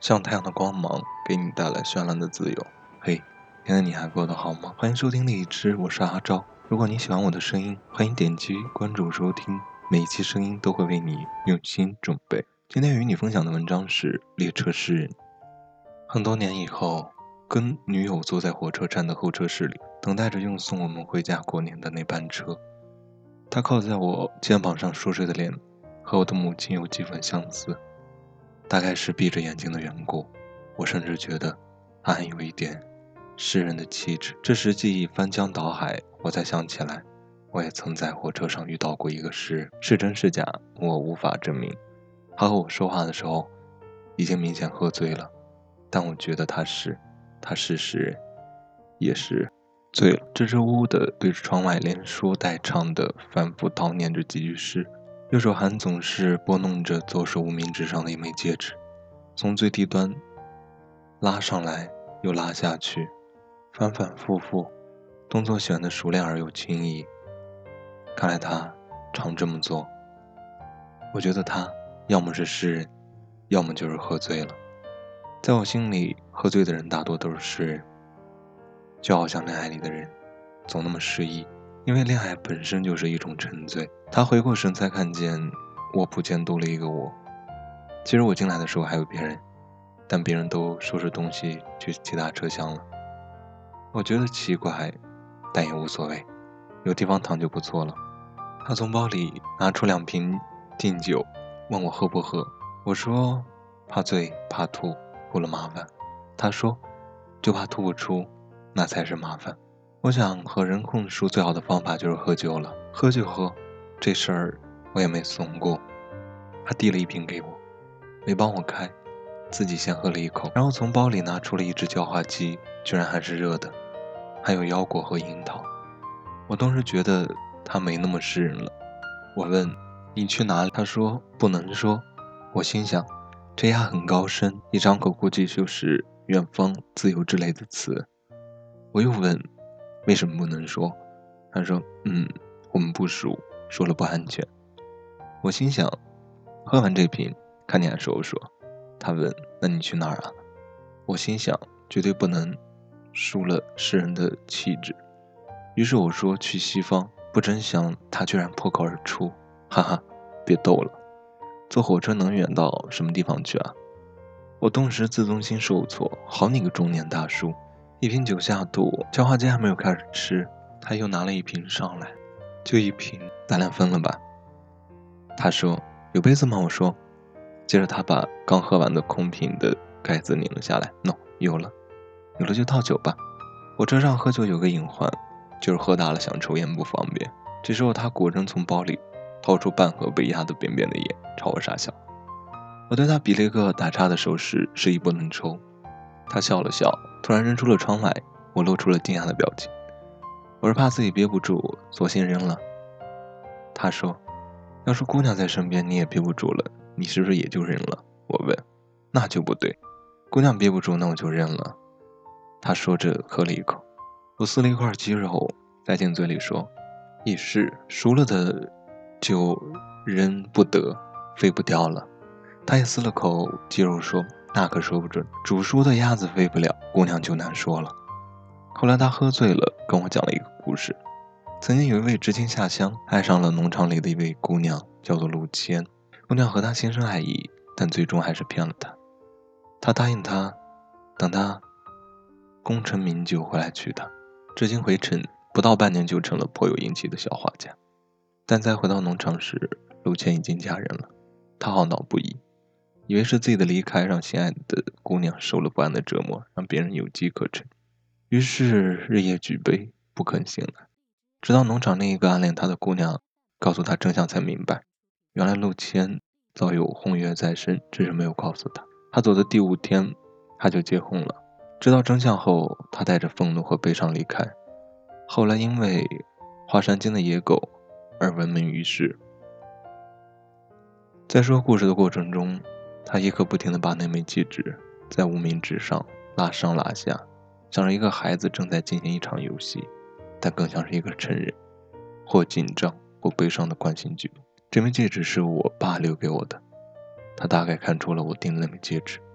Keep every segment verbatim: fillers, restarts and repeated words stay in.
像太阳的光芒，给你带来绚烂的自由。嘿，现在你还过得好吗？欢迎收听荔枝，我是阿昭。如果你喜欢我的声音，欢迎点击关注收听，每一期声音都会为你用心准备。今天与你分享的文章是列车诗人。很多年以后，跟女友坐在火车站的候车室里，等待着运送我们回家过年的那班车。她靠在我肩膀上熟睡的脸，和我的母亲有几分相似。大概是闭着眼睛的缘故，我甚至觉得他还有一点诗人的气质。这时记忆翻江倒海，我才想起来，我也曾在火车上遇到过一个诗人，是真是假我无法证明。他和我说话的时候已经明显喝醉了，但我觉得他是他是诗人，也是醉了，支支吾吾的对着窗外连说带唱的反复叨念着几句诗。右手还总是拨弄着左手无名指上的一枚戒指，从最低端拉上来又拉下去，反反复复，动作显得熟练而又轻易。看来他常这么做。我觉得他要么是诗人，要么就是喝醉了。在我心里，喝醉的人大多都是诗人，就好像恋爱里的人总那么失意，因为恋爱本身就是一种沉醉。他回过神才看见卧铺间多了一个我。其实我进来的时候还有别人，但别人都收拾东西去其他车厢了。我觉得奇怪，但也无所谓，有地方躺就不错了。他从包里拿出两瓶劲酒，问我喝不喝。我说怕醉怕吐，出了麻烦。他说就怕吐不出，那才是麻烦。我想和人共处最好的方法就是喝酒了，喝就喝，这事儿我也没怂过。他递了一瓶给我，没帮我开，自己先喝了一口，然后从包里拿出了一只叫花鸡，居然还是热的，还有腰果和樱桃。我当时觉得他没那么诗人了。我问你去哪里，他说不能说。我心想这丫很高深，一张口估计就是远方自由之类的词。我又问为什么不能说，他说嗯我们不熟，说了不安全。我心想喝完这瓶看你还说不说。他问那你去哪儿啊？我心想绝对不能输了诗人的气质，于是我说去西方。不真想他居然破口而出，哈哈，别逗了，坐火车能远到什么地方去啊？我顿时自尊心受挫，好你个中年大叔，一瓶酒下肚，叫花鸡还没有开始吃，他又拿了一瓶上来，就一瓶，咱俩分了吧。他说有杯子吗？我说。接着他把刚喝完的空瓶的盖子拧了下来。 no 有了有了就倒酒吧。火车上喝酒有个隐患，就是喝大了想抽烟不方便。这时候他果真从包里掏出半盒被压得扁扁的烟，朝我傻笑。我对他比了一个打岔的手势，示意不能抽。他笑了笑，突然扔出了窗外。我露出了惊讶的表情。我是怕自己憋不住，索性扔了。他说要是姑娘在身边你也憋不住了，你是不是也就扔了？我问。那就不对，姑娘憋不住那我就扔了。他说着喝了一口。我撕了一块鸡肉塞进嘴里说，亦是熟了的就扔不得，飞不掉了。他也撕了口鸡肉说，那可说不准，煮熟的鸭子飞不了，姑娘就难说了。后来他喝醉了，跟我讲了一个故事。曾经有一位知青下乡，爱上了农场里的一位姑娘，叫做陆谦。姑娘和他心生爱意，但最终还是骗了他。他答应他，等他功成名就回来娶她。至今回程不到半年就成了颇有英气的小画家。但在回到农场时，陆谦已经嫁人了。他懊恼不已，以为是自己的离开让心爱的姑娘受了不安的折磨，让别人有机可乘，于是日夜举杯，不肯醒来。直到农场另一个暗恋他的姑娘告诉他真相，才明白原来陆谦早有婚约在身，只是没有告诉他。他走的第五天他就结婚了。知道真相后，他带着愤怒和悲伤离开。后来因为华山间的野狗而闻名于世。在说故事的过程中，他一刻不停地把那枚戒指在无名指上拉上拉下，像是一个孩子正在进行一场游戏，但更像是一个成人或紧张或悲伤的惯性举动。这枚戒指是我爸留给我的，他大概看出了我订的那枚戒指，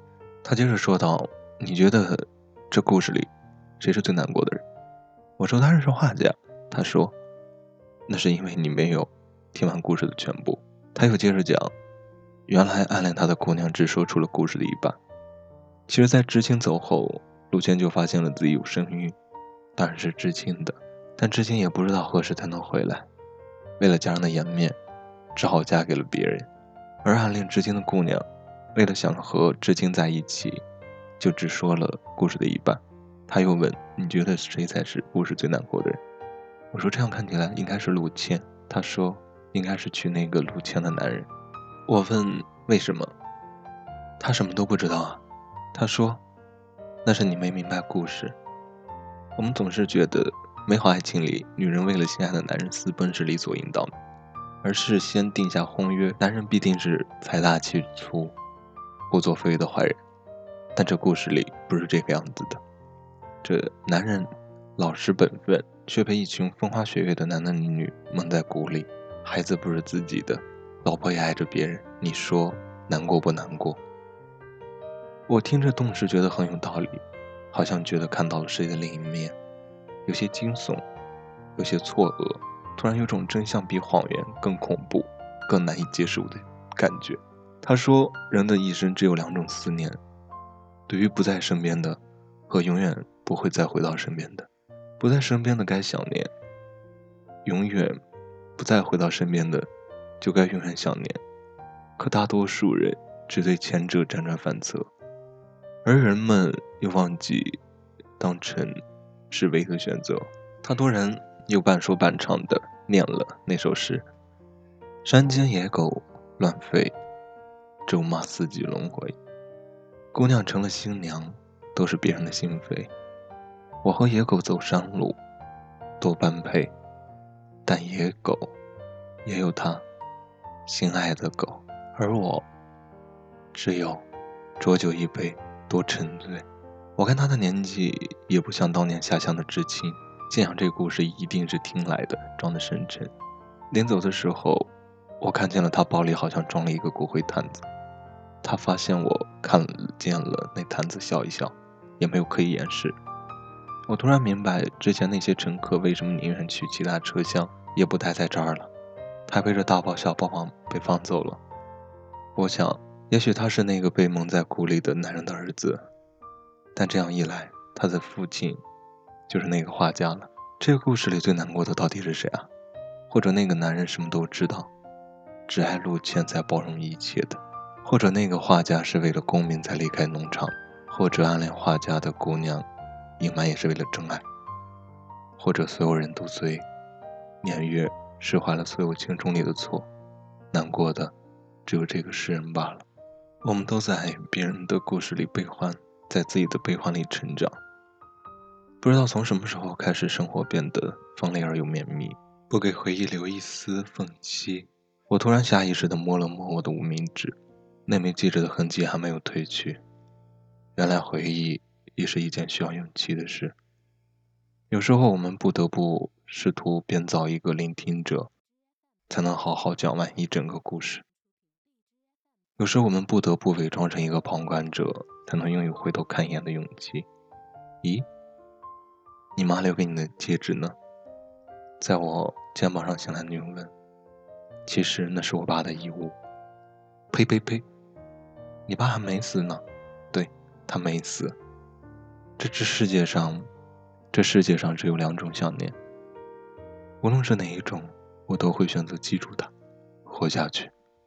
他接着说道，你觉得这故事里谁是最难过的人？我说当然是画家。他说那是因为你没有听完故事的全部。他又接着讲，原来暗恋他的姑娘只说出了故事的一半。其实在知青走后，陆谦就发现了自己有身孕，当然是知青的，但知青也不知道何时才能回来，为了家人的颜面，只好嫁给了别人。而暗恋知青的姑娘，为了想和知青在一起，就只说了故事的一半。他又问，你觉得谁才是故事最难过的人？我说这样看起来应该是陆谦。他说应该是娶那个陆谦的男人。我问为什么？他什么都不知道啊。他说那是你没明白故事。我们总是觉得美好爱情里，女人为了心爱的男人私奔是理所应当的，而事先定下婚约，男人必定是财大气粗、胡作非为的坏人。但这故事里不是这个样子的，这男人老实本分，却被一群风花雪月的男男女女蒙在鼓里，孩子不是自己的，老婆也爱着别人，你说难过不难过？我听着顿时觉得很有道理，好像觉得看到了世界的另一面，有些惊悚，有些错愕，突然有种真相比谎言更恐怖、更难以接受的感觉。他说人的一生只有两种思念，对于不在身边的和永远不会再回到身边的。不在身边的该想念，永远不再回到身边的就该永远想念。可大多数人只对前者辗转反侧，而人们又忘记当成是唯一的选择。他突然又半说半唱的念了那首诗，山间野狗乱吠，咒骂四季轮回。姑娘成了新娘，都是别人的心扉。我和野狗走山路，多般配，但野狗也有它心爱的狗，而我只有浊酒一杯，多沉醉。我看他的年纪也不像当年下乡的知青，心想这故事一定是听来的，装得深沉。临走的时候，我看见了他包里好像装了一个骨灰坛子。他发现我看见了那坛子，笑一笑，也没有刻意掩饰。我突然明白，之前那些乘客为什么宁愿去其他车厢，也不待在这儿了。他背着大包小包往被放走了。我想，也许他是那个被蒙在鼓里的男人的儿子，但这样一来，他的父亲就是那个画家了。这个故事里最难过的到底是谁啊？或者那个男人什么都知道，只爱陆谦才包容一切的？或者那个画家是为了功名才离开农场？或者暗恋画家的姑娘隐瞒也是为了真爱？或者所有人都随年月释怀了所有青春里的错，难过的只有这个诗人罢了。我们都在别人的故事里悲欢，在自己的悲欢里成长。不知道从什么时候开始，生活变得锋利而又绵密，不给回忆留一丝缝隙。我突然下意识地摸了摸我的无名指，那枚记着的痕迹还没有褪去。原来回忆也是一件需要勇气的事。有时候我们不得不试图编造一个聆听者，才能好好讲完一整个故事。有时我们不得不伪装成一个旁观者，才能拥有回头看一眼的勇气。咦，你妈留给你的戒指呢？在我肩膀上醒来的女人问。其实那是我爸的遗物。呸呸呸，你爸还没死呢。对，他没死。这这世界上这世界上只有两种想念，无论是哪一种，我都会选择记住它，活下去。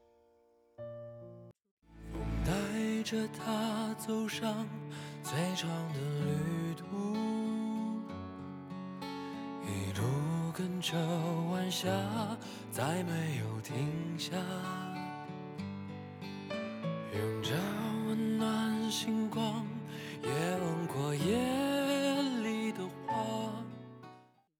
带着他走上最长的旅途，一路跟着晚霞，再没有停下。